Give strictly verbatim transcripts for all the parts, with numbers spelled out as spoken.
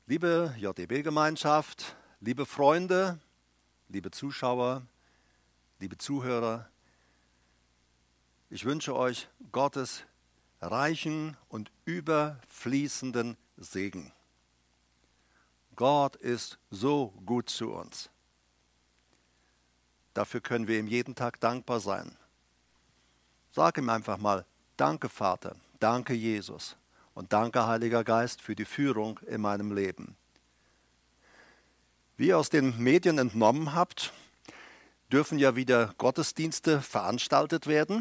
Liebe J D B-Gemeinschaft, liebe Freunde, liebe Zuschauer, liebe Zuhörer, ich wünsche euch Gottes reichen und überfließenden Segen. Gott ist so gut zu uns. Dafür können wir ihm jeden Tag dankbar sein. Sag ihm einfach mal, danke Vater, danke Jesus und danke Heiliger Geist für die Führung in meinem Leben. Wie ihr aus den Medien entnommen habt, dürfen ja wieder Gottesdienste veranstaltet werden.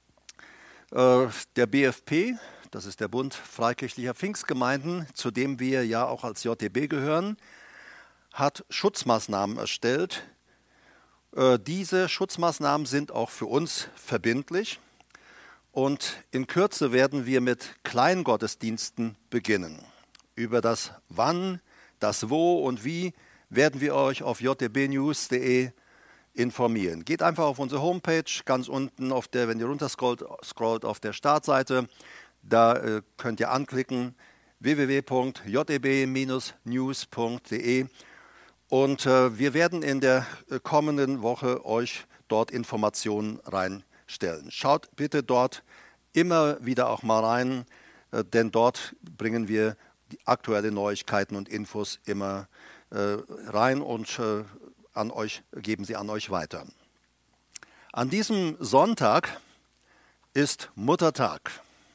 Der B F P, das ist der Bund Freikirchlicher Pfingstgemeinden, zu dem wir ja auch als J D B gehören, hat Schutzmaßnahmen erstellt. Diese Schutzmaßnahmen sind auch für uns verbindlich. Und in Kürze werden wir mit Kleingottesdiensten beginnen. Über das Wann, das Wo und Wie werden wir euch auf j d b news punkt d e informieren. Geht einfach auf unsere Homepage, ganz unten, auf der, wenn ihr runterscrollt, scrollt auf der Startseite, da äh, könnt ihr anklicken w w w punkt j d b news punkt d e und äh, wir werden in der kommenden Woche euch dort Informationen reinstellen. Stellen. Schaut bitte dort immer wieder auch mal rein, denn dort bringen wir die aktuellen Neuigkeiten und Infos immer äh, rein und äh, an euch, geben sie an euch weiter. An diesem Sonntag ist Muttertag.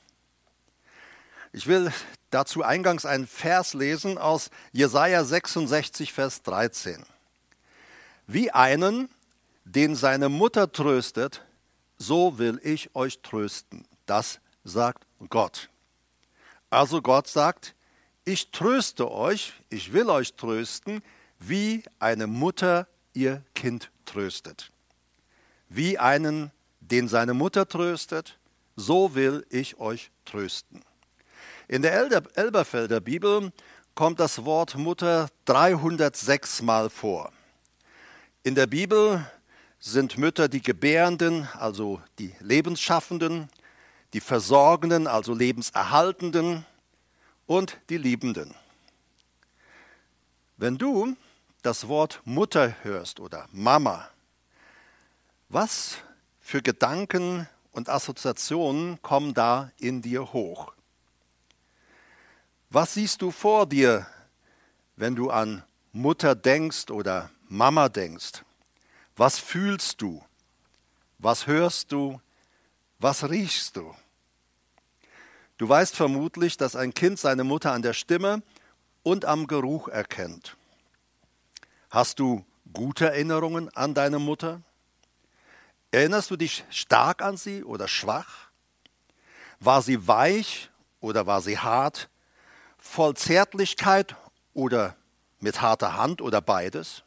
Ich will dazu eingangs einen Vers lesen aus Jesaja sechsundsechzig, Vers dreizehn. Wie einen, den seine Mutter tröstet, so will ich euch trösten. Das sagt Gott. Also Gott sagt, ich tröste euch, ich will euch trösten, wie eine Mutter ihr Kind tröstet. Wie einen, den seine Mutter tröstet, so will ich euch trösten. In der Elberfelder Bibel kommt das Wort Mutter dreihundertsechs Mal vor. In der Bibel sind Mütter die Gebärenden, also die Lebensschaffenden, die Versorgenden, also Lebenserhaltenden und die Liebenden. Wenn du das Wort Mutter hörst oder Mama, was für Gedanken und Assoziationen kommen da in dir hoch? Was siehst du vor dir, wenn du an Mutter denkst oder Mama denkst? Was fühlst du? Was hörst du? Was riechst du? Du weißt vermutlich, dass ein Kind seine Mutter an der Stimme und am Geruch erkennt. Hast du gute Erinnerungen an deine Mutter? Erinnerst du dich stark an sie oder schwach? War sie weich oder war sie hart? Voll Zärtlichkeit oder mit harter Hand oder beides?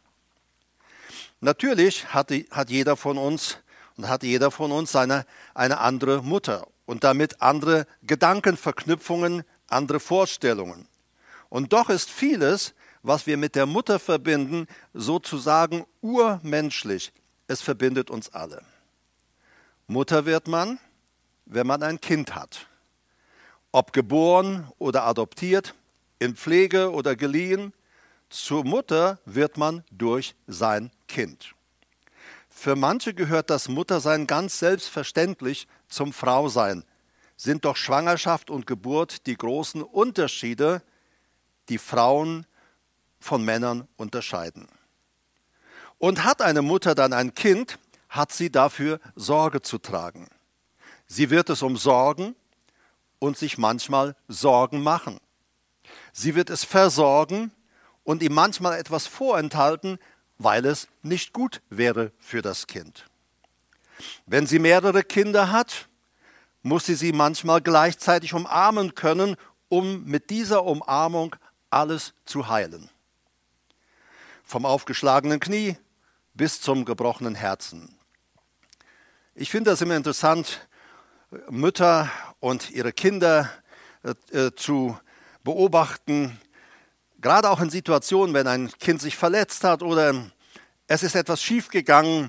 Natürlich hat, die, hat jeder von uns und hat jeder von uns seine, eine andere Mutter und damit andere Gedankenverknüpfungen, andere Vorstellungen. Und doch ist vieles, was wir mit der Mutter verbinden, sozusagen urmenschlich. Es verbindet uns alle. Mutter wird man, wenn man ein Kind hat. Ob geboren oder adoptiert, in Pflege oder geliehen, zur Mutter wird man durch sein Kind. Für manche gehört das Muttersein ganz selbstverständlich zum Frausein. Sind doch Schwangerschaft und Geburt die großen Unterschiede, die Frauen von Männern unterscheiden. Und hat eine Mutter dann ein Kind, hat sie dafür Sorge zu tragen. Sie wird es umsorgen und sich manchmal Sorgen machen. Sie wird es versorgen und ihm manchmal etwas vorenthalten, weil es nicht gut wäre für das Kind. Wenn sie mehrere Kinder hat, muss sie sie manchmal gleichzeitig umarmen können, um mit dieser Umarmung alles zu heilen. Vom aufgeschlagenen Knie bis zum gebrochenen Herzen. Ich finde das immer interessant, Mütter und ihre Kinder äh, zu beobachten, gerade auch in Situationen, wenn ein Kind sich verletzt hat oder es ist etwas schiefgegangen.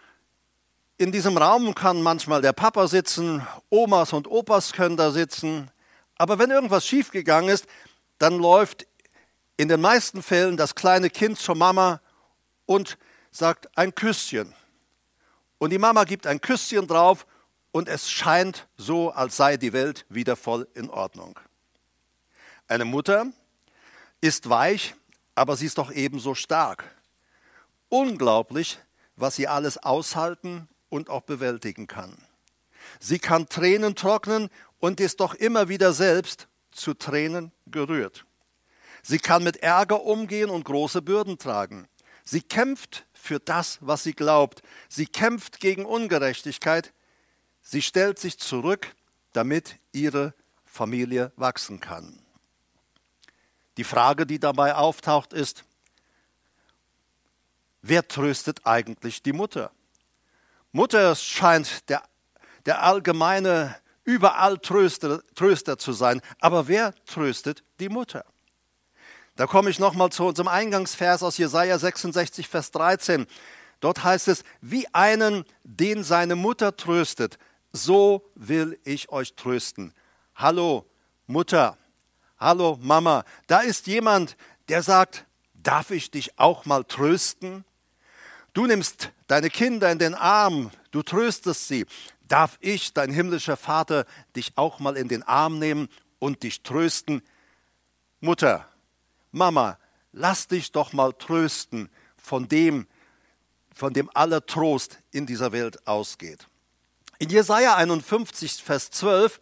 In diesem Raum kann manchmal der Papa sitzen, Omas und Opas können da sitzen. Aber wenn irgendwas schiefgegangen ist, dann läuft in den meisten Fällen das kleine Kind zur Mama und sagt ein Küsschen. Und die Mama gibt ein Küsschen drauf und es scheint so, als sei die Welt wieder voll in Ordnung. Eine Mutter ist weich, aber sie ist doch ebenso stark. Unglaublich, was sie alles aushalten und auch bewältigen kann. Sie kann Tränen trocknen und ist doch immer wieder selbst zu Tränen gerührt. Sie kann mit Ärger umgehen und große Bürden tragen. Sie kämpft für das, was sie glaubt. Sie kämpft gegen Ungerechtigkeit. Sie stellt sich zurück, damit ihre Familie wachsen kann. Die Frage, die dabei auftaucht, ist, wer tröstet eigentlich die Mutter? Mutter scheint der, der allgemeine, überall Tröster, Tröster zu sein. Aber wer tröstet die Mutter? Da komme ich nochmal zu unserem Eingangsvers aus Jesaja sechsundsechzig, Vers dreizehn. Dort heißt es, wie einen, den seine Mutter tröstet, so will ich euch trösten. Hallo Mutter, hallo Mama, da ist jemand, der sagt, darf ich dich auch mal trösten? Du nimmst deine Kinder in den Arm, du tröstest sie. Darf ich, dein himmlischer Vater, dich auch mal in den Arm nehmen und dich trösten? Mutter, Mama, lass dich doch mal trösten von dem, von dem aller Trost in dieser Welt ausgeht. In Jesaja einundfünfzig, Vers zwölf,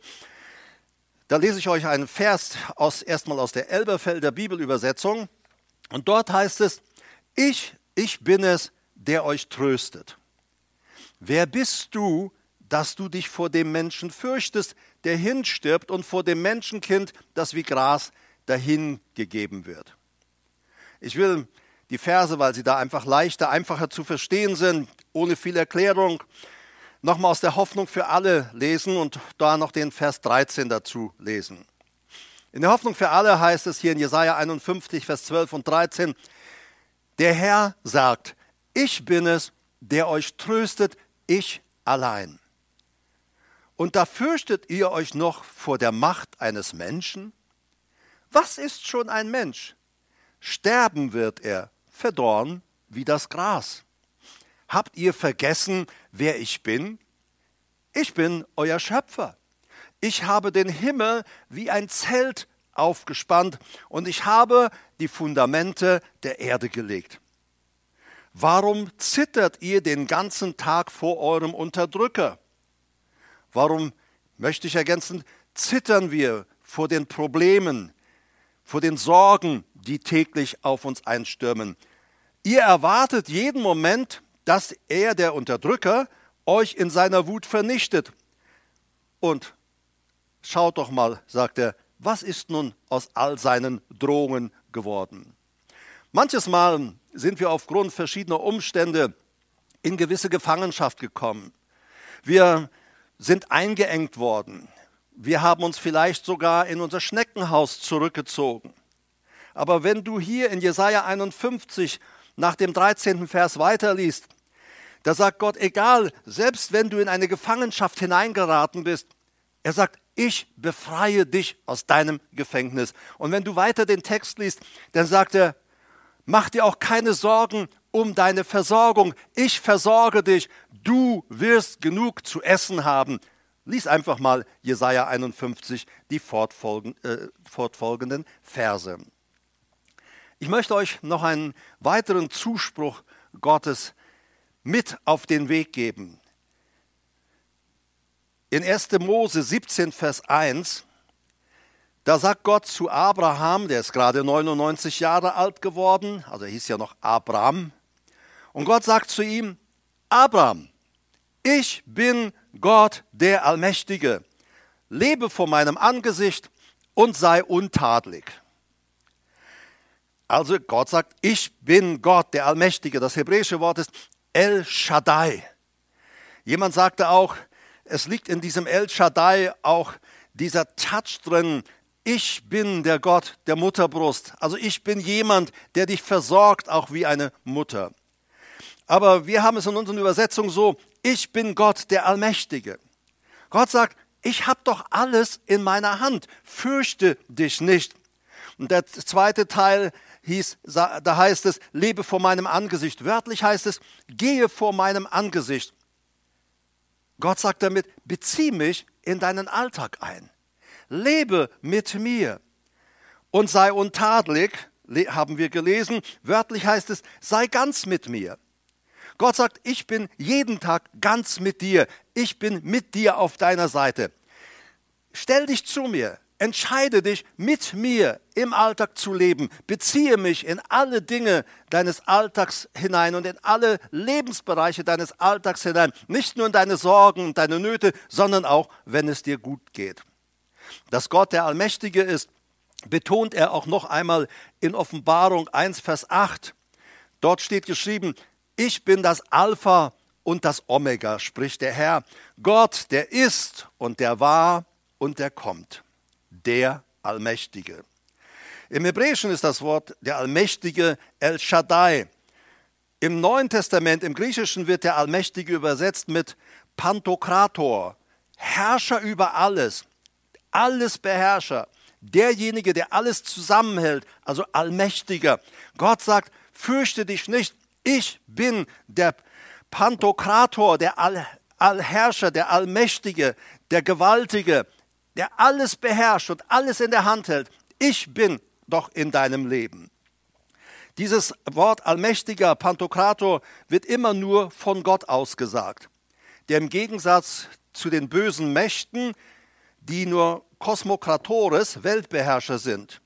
da lese ich euch einen Vers aus, erstmal aus der Elberfelder Bibelübersetzung. Und dort heißt es, ich, ich bin es, der euch tröstet. Wer bist du, dass du dich vor dem Menschen fürchtest, der hinstirbt, und vor dem Menschenkind, das wie Gras dahingegeben wird? Ich will die Verse, weil sie da einfach leichter, einfacher zu verstehen sind, ohne viel Erklärung, nochmal aus der Hoffnung für alle lesen und da noch den Vers dreizehn dazu lesen. In der Hoffnung für alle heißt es hier in Jesaja einundfünfzig, Vers zwölf und dreizehn, der Herr sagt, ich bin es, der euch tröstet, ich allein. Und da fürchtet ihr euch noch vor der Macht eines Menschen? Was ist schon ein Mensch? Sterben wird er, verdorren wie das Gras. Habt ihr vergessen, wer ich bin? Ich bin euer Schöpfer. Ich habe den Himmel wie ein Zelt aufgespannt und ich habe die Fundamente der Erde gelegt. Warum zittert ihr den ganzen Tag vor eurem Unterdrücker? Warum, möchte ich ergänzen, zittern wir vor den Problemen, vor den Sorgen, die täglich auf uns einstürmen? Ihr erwartet jeden Moment, dass er, der Unterdrücker, euch in seiner Wut vernichtet. Und schaut doch mal, sagt er, was ist nun aus all seinen Drohungen geworden? Manches Mal sind wir aufgrund verschiedener Umstände in gewisse Gefangenschaft gekommen. Wir sind eingeengt worden. Wir haben uns vielleicht sogar in unser Schneckenhaus zurückgezogen. Aber wenn du hier in Jesaja einundfünfzig nach dem dreizehnten Vers weiterliest, da sagt Gott, egal, selbst wenn du in eine Gefangenschaft hineingeraten bist, er sagt, ich befreie dich aus deinem Gefängnis. Und wenn du weiter den Text liest, dann sagt er, mach dir auch keine Sorgen um deine Versorgung. Ich versorge dich. Du wirst genug zu essen haben. Lies einfach mal Jesaja einundfünfzig, die fortfolgen, äh, fortfolgenden Verse. Ich möchte euch noch einen weiteren Zuspruch Gottes mit auf den Weg geben. In erster Mose siebzehn, Vers eins, da sagt Gott zu Abraham, der ist gerade neunundneunzig Jahre alt geworden, also er hieß ja noch Abram, und Gott sagt zu ihm, Abraham, ich bin Gott der Allmächtige, lebe vor meinem Angesicht und sei untadelig. Also Gott sagt, ich bin Gott der Allmächtige. Das hebräische Wort ist El Shaddai. Jemand sagte auch, es liegt in diesem El Shaddai auch dieser Touch drin, ich bin der Gott der Mutterbrust. Also ich bin jemand, der dich versorgt, auch wie eine Mutter. Aber wir haben es in unseren Übersetzungen so, ich bin Gott der Allmächtige. Gott sagt, ich habe doch alles in meiner Hand, fürchte dich nicht. Und der zweite Teil hieß, da heißt es, lebe vor meinem Angesicht. Wörtlich heißt es, gehe vor meinem Angesicht. Gott sagt damit, bezieh mich in deinen Alltag ein. Lebe mit mir und sei untadelig, haben wir gelesen. Wörtlich heißt es, sei ganz mit mir. Gott sagt, ich bin jeden Tag ganz mit dir. Ich bin mit dir auf deiner Seite. Stell dich zu mir. Entscheide dich, mit mir im Alltag zu leben. Beziehe mich in alle Dinge deines Alltags hinein und in alle Lebensbereiche deines Alltags hinein. Nicht nur in deine Sorgen und deine Nöte, sondern auch, wenn es dir gut geht. Dass Gott der Allmächtige ist, betont er auch noch einmal in Offenbarung eins, Vers acht. Dort steht geschrieben, ich bin das Alpha und das Omega, spricht der Herr. Gott, der ist und der war und der kommt. Der Allmächtige. Im Hebräischen ist das Wort der Allmächtige El Shaddai. Im Neuen Testament, im Griechischen wird der Allmächtige übersetzt mit Pantokrator, Herrscher über alles, alles Beherrscher, derjenige, der alles zusammenhält, also Allmächtiger. Gott sagt, fürchte dich nicht, ich bin der Pantokrator, der All- Allherrscher, der Allmächtige, der Gewaltige, der alles beherrscht und alles in der Hand hält. Ich bin doch in deinem Leben. Dieses Wort Allmächtiger, Pantokrator, wird immer nur von Gott ausgesagt, der im Gegensatz zu den bösen Mächten, die nur Kosmokratores, Weltbeherrscher sind.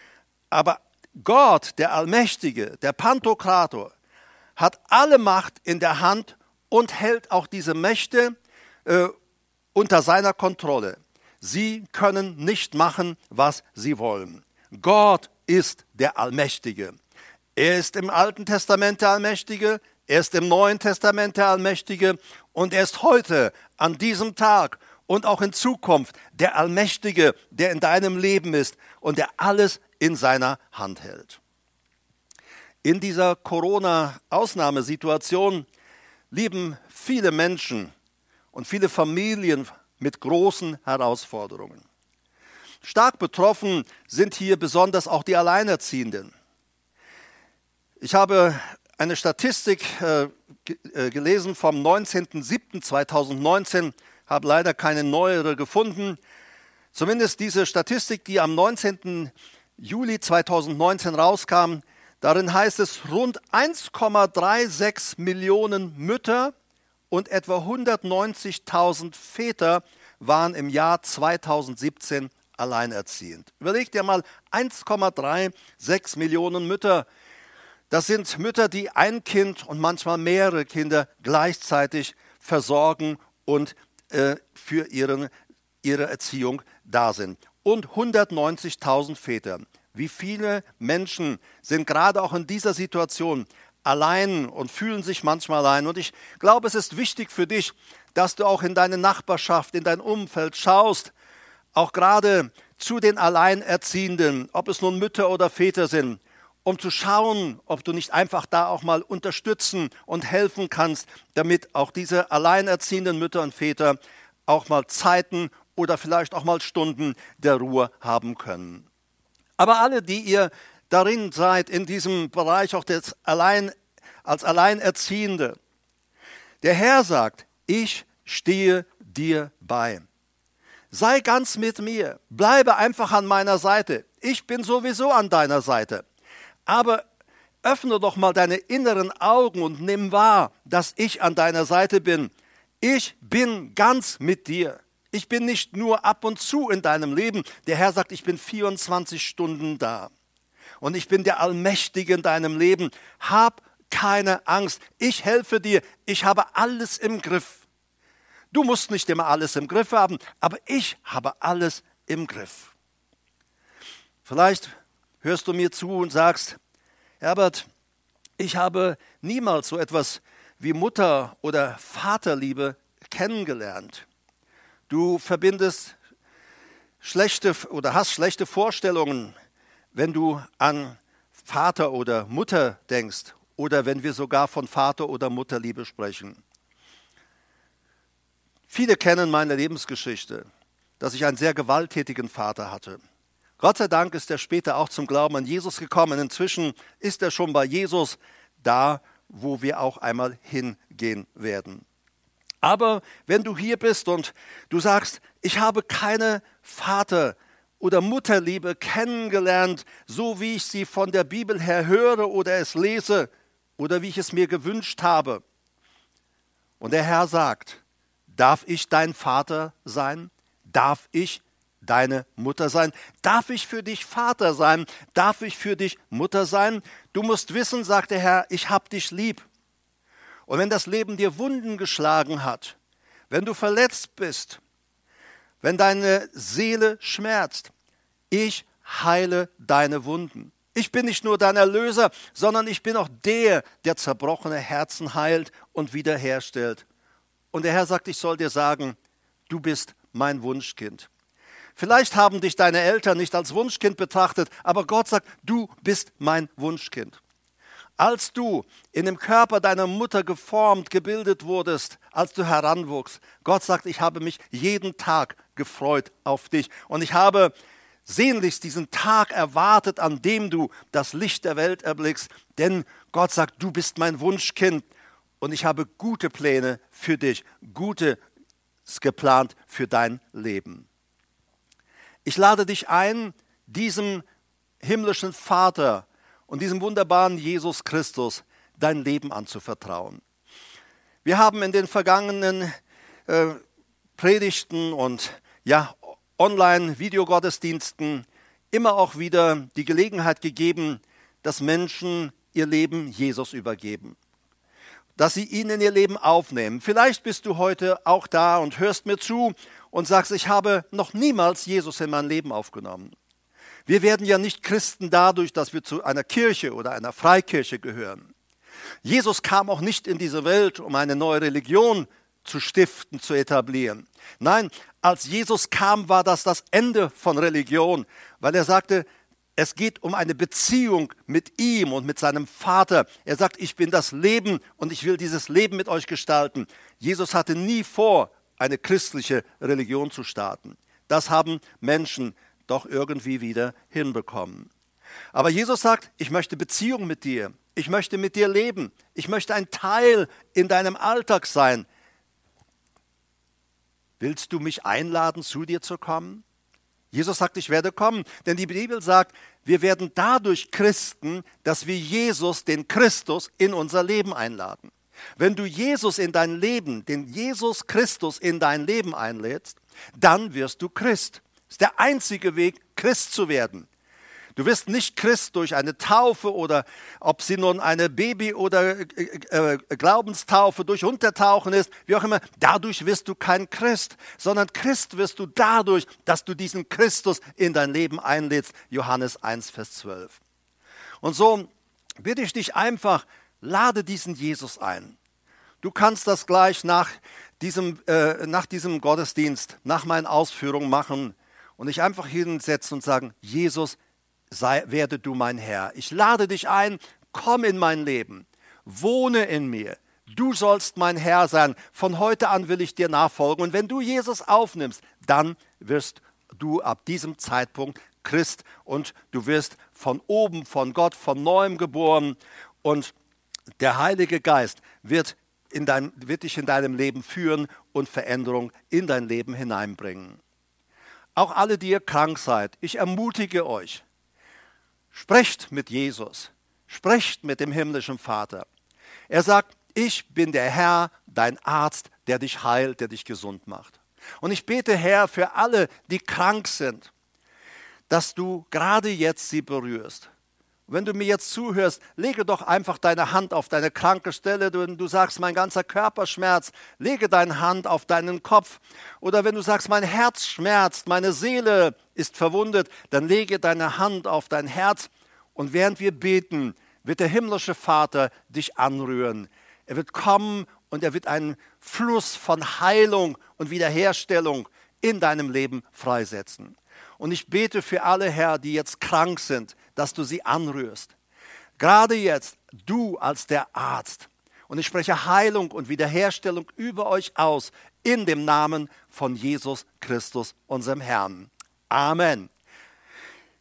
Aber Gott, der Allmächtige, der Pantokrator, hat alle Macht in der Hand und hält auch diese Mächte äh, unter seiner Kontrolle. Sie können nicht machen, was sie wollen. Gott ist der Allmächtige. Er ist im Alten Testament der Allmächtige, er ist im Neuen Testament der Allmächtige und er ist heute, an diesem Tag und auch in Zukunft der Allmächtige, der in deinem Leben ist und der alles in seiner Hand hält. In dieser Corona-Ausnahmesituation leben viele Menschen und viele Familien mit großen Herausforderungen. Stark betroffen sind hier besonders auch die Alleinerziehenden. Ich habe eine Statistik äh, gelesen vom neunzehnten siebten zweitausendneunzehn, habe leider keine neuere gefunden. Zumindest diese Statistik, die am neunzehnten Juli zweitausendneunzehn rauskam, darin heißt es, rund eins Komma sechsunddreißig Millionen Mütter und etwa hundertneunzigtausend Väter waren im Jahr zweitausendsiebzehn alleinerziehend. Überleg dir mal, eins Komma sechsunddreißig Millionen Mütter. Das sind Mütter, die ein Kind und manchmal mehrere Kinder gleichzeitig versorgen und äh, für ihren, ihre Erziehung da sind. Und hundertneunzigtausend Väter. Wie viele Menschen sind gerade auch in dieser Situation allein und fühlen sich manchmal allein. Und ich glaube, es ist wichtig für dich, dass du auch in deine Nachbarschaft, in dein Umfeld schaust, auch gerade zu den Alleinerziehenden, ob es nun Mütter oder Väter sind, um zu schauen, ob du nicht einfach da auch mal unterstützen und helfen kannst, damit auch diese alleinerziehenden Mütter und Väter auch mal Zeiten oder vielleicht auch mal Stunden der Ruhe haben können. Aber alle, die ihr darin seid, in diesem Bereich auch des Allein, als Alleinerziehende, der Herr sagt, ich stehe dir bei. Sei ganz mit mir, bleibe einfach an meiner Seite. Ich bin sowieso an deiner Seite. Aber öffne doch mal deine inneren Augen und nimm wahr, dass ich an deiner Seite bin. Ich bin ganz mit dir. Ich bin nicht nur ab und zu in deinem Leben. Der Herr sagt, ich bin vierundzwanzig Stunden da. Und ich bin der Allmächtige in deinem Leben. Hab keine Angst. Ich helfe dir. Ich habe alles im Griff. Du musst nicht immer alles im Griff haben, aber ich habe alles im Griff. Vielleicht hörst du mir zu und sagst, Herbert, ich habe niemals so etwas wie Mutter- oder Vaterliebe kennengelernt. Du verbindest schlechte oder hast schlechte Vorstellungen, wenn du an Vater oder Mutter denkst oder wenn wir sogar von Vater- oder Mutterliebe sprechen. Viele kennen meine Lebensgeschichte, dass ich einen sehr gewalttätigen Vater hatte. Gott sei Dank ist er später auch zum Glauben an Jesus gekommen. Inzwischen ist er schon bei Jesus, da wo wir auch einmal hingehen werden. Aber wenn du hier bist und du sagst, ich habe keine Vater- oder Mutterliebe kennengelernt, so wie ich sie von der Bibel her höre oder es lese oder wie ich es mir gewünscht habe. Und der Herr sagt, darf ich dein Vater sein? Darf ich deine Mutter sein? Darf ich für dich Vater sein? Darf ich für dich Mutter sein? Du musst wissen, sagt der Herr, ich hab dich lieb. Und wenn das Leben dir Wunden geschlagen hat, wenn du verletzt bist, wenn deine Seele schmerzt, ich heile deine Wunden. Ich bin nicht nur dein Erlöser, sondern ich bin auch der, der zerbrochene Herzen heilt und wiederherstellt. Und der Herr sagt, ich soll dir sagen, du bist mein Wunschkind. Vielleicht haben dich deine Eltern nicht als Wunschkind betrachtet, aber Gott sagt, du bist mein Wunschkind. Als du in dem Körper deiner Mutter geformt, gebildet wurdest, als du heranwuchst, Gott sagt, ich habe mich jeden Tag gefreut auf dich. Und ich habe sehnlichst diesen Tag erwartet, an dem du das Licht der Welt erblickst. Denn Gott sagt, du bist mein Wunschkind und ich habe gute Pläne für dich, Gutes geplant für dein Leben. Ich lade dich ein, diesem himmlischen Vater und diesem wunderbaren Jesus Christus dein Leben anzuvertrauen. Wir haben in den vergangenen äh, Predigten und ja, Online-Videogottesdiensten immer auch wieder die Gelegenheit gegeben, dass Menschen ihr Leben Jesus übergeben, dass sie ihn in ihr Leben aufnehmen. Vielleicht bist du heute auch da und hörst mir zu und sagst, ich habe noch niemals Jesus in mein Leben aufgenommen. Wir werden ja nicht Christen dadurch, dass wir zu einer Kirche oder einer Freikirche gehören. Jesus kam auch nicht in diese Welt, um eine neue Religion zu stiften, zu etablieren. Nein, als Jesus kam, war das das Ende von Religion, weil er sagte, es geht um eine Beziehung mit ihm und mit seinem Vater. Er sagt, ich bin das Leben und ich will dieses Leben mit euch gestalten. Jesus hatte nie vor, eine christliche Religion zu starten. Das haben Menschen doch irgendwie wieder hinbekommen. Aber Jesus sagt, ich möchte Beziehung mit dir. Ich möchte mit dir leben. Ich möchte ein Teil in deinem Alltag sein. Willst du mich einladen, zu dir zu kommen? Jesus sagt, ich werde kommen, denn die Bibel sagt, wir werden dadurch Christen, dass wir Jesus, den Christus, in unser Leben einladen. Wenn du Jesus in dein Leben, den Jesus Christus in dein Leben einlädst, dann wirst du Christ. Das ist der einzige Weg, Christ zu werden. Du wirst nicht Christ durch eine Taufe oder ob sie nun eine Baby- oder äh, äh, Glaubenstaufe durch Untertauchen ist, wie auch immer. Dadurch wirst du kein Christ, sondern Christ wirst du dadurch, dass du diesen Christus in dein Leben einlädst. Johannes eins, Vers zwölf. Und so bitte ich dich einfach, lade diesen Jesus ein. Du kannst das gleich nach diesem, äh, nach diesem Gottesdienst, nach meinen Ausführungen machen und dich einfach hinsetzen und sagen, Jesus, sei, werde du mein Herr. Ich lade dich ein, komm in mein Leben, wohne in mir. Du sollst mein Herr sein. Von heute an will ich dir nachfolgen. Und wenn du Jesus aufnimmst, dann wirst du ab diesem Zeitpunkt Christ und du wirst von oben, von Gott, von neuem geboren und der Heilige Geist wird, in dein, wird dich in deinem Leben führen und Veränderung in dein Leben hineinbringen. Auch alle, die ihr krank seid, ich ermutige euch, sprecht mit Jesus, sprecht mit dem himmlischen Vater. Er sagt, ich bin der Herr, dein Arzt, der dich heilt, der dich gesund macht. Und ich bete, Herr, für alle, die krank sind, dass du gerade jetzt sie berührst. Wenn du mir jetzt zuhörst, lege doch einfach deine Hand auf deine kranke Stelle. Du, du sagst, mein ganzer Körper schmerzt, lege deine Hand auf deinen Kopf. Oder wenn du sagst, mein Herz schmerzt, meine Seele ist verwundet, dann lege deine Hand auf dein Herz. Und während wir beten, wird der himmlische Vater dich anrühren. Er wird kommen und er wird einen Fluss von Heilung und Wiederherstellung in deinem Leben freisetzen. Und ich bete für alle, Herr, die jetzt krank sind, dass du sie anrührst. Gerade jetzt, du als der Arzt. Und ich spreche Heilung und Wiederherstellung über euch aus, in dem Namen von Jesus Christus, unserem Herrn. Amen.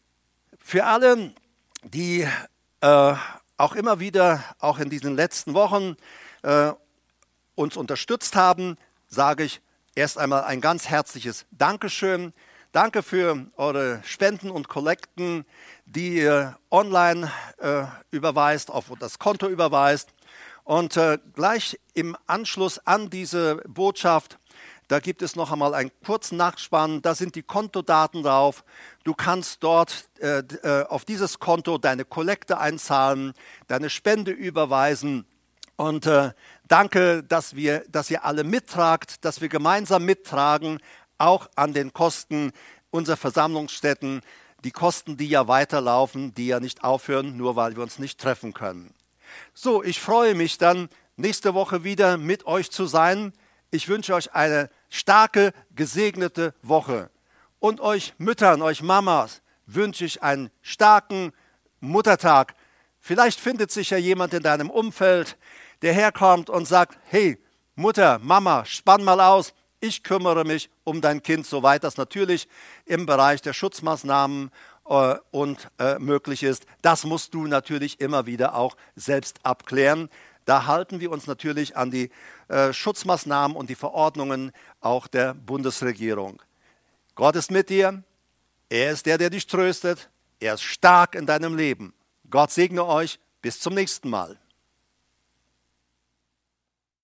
Für alle, die äh, auch immer wieder, auch in diesen letzten Wochen, äh, uns unterstützt haben, sage ich erst einmal ein ganz herzliches Dankeschön. Danke für eure Spenden und Kollekten, die ihr online äh, überweist, auf das Konto überweist. Und äh, gleich im Anschluss an diese Botschaft, da gibt es noch einmal einen kurzen Nachspann, da sind die Kontodaten drauf. Du kannst dort äh, äh, auf dieses Konto deine Kollekte einzahlen, deine Spende überweisen. Und äh, danke, dass, wir, dass ihr alle mittragt, dass wir gemeinsam mittragen, auch an den Kosten unserer Versammlungsstätten, die Kosten, die ja weiterlaufen, die ja nicht aufhören, nur weil wir uns nicht treffen können. So, ich freue mich dann, nächste Woche wieder mit euch zu sein. Ich wünsche euch eine starke, gesegnete Woche. Und euch Müttern, euch Mamas wünsche ich einen starken Muttertag. Vielleicht findet sich ja jemand in deinem Umfeld, der herkommt und sagt, hey, Mutter, Mama, spann mal aus, ich kümmere mich um dein Kind, soweit das natürlich im Bereich der Schutzmaßnahmen äh, und äh, möglich ist. Das musst du natürlich immer wieder auch selbst abklären. Da halten wir uns natürlich an die äh, Schutzmaßnahmen und die Verordnungen auch der Bundesregierung. Gott ist mit dir, er ist der, der dich tröstet, er ist stark in deinem Leben. Gott segne euch, bis zum nächsten Mal.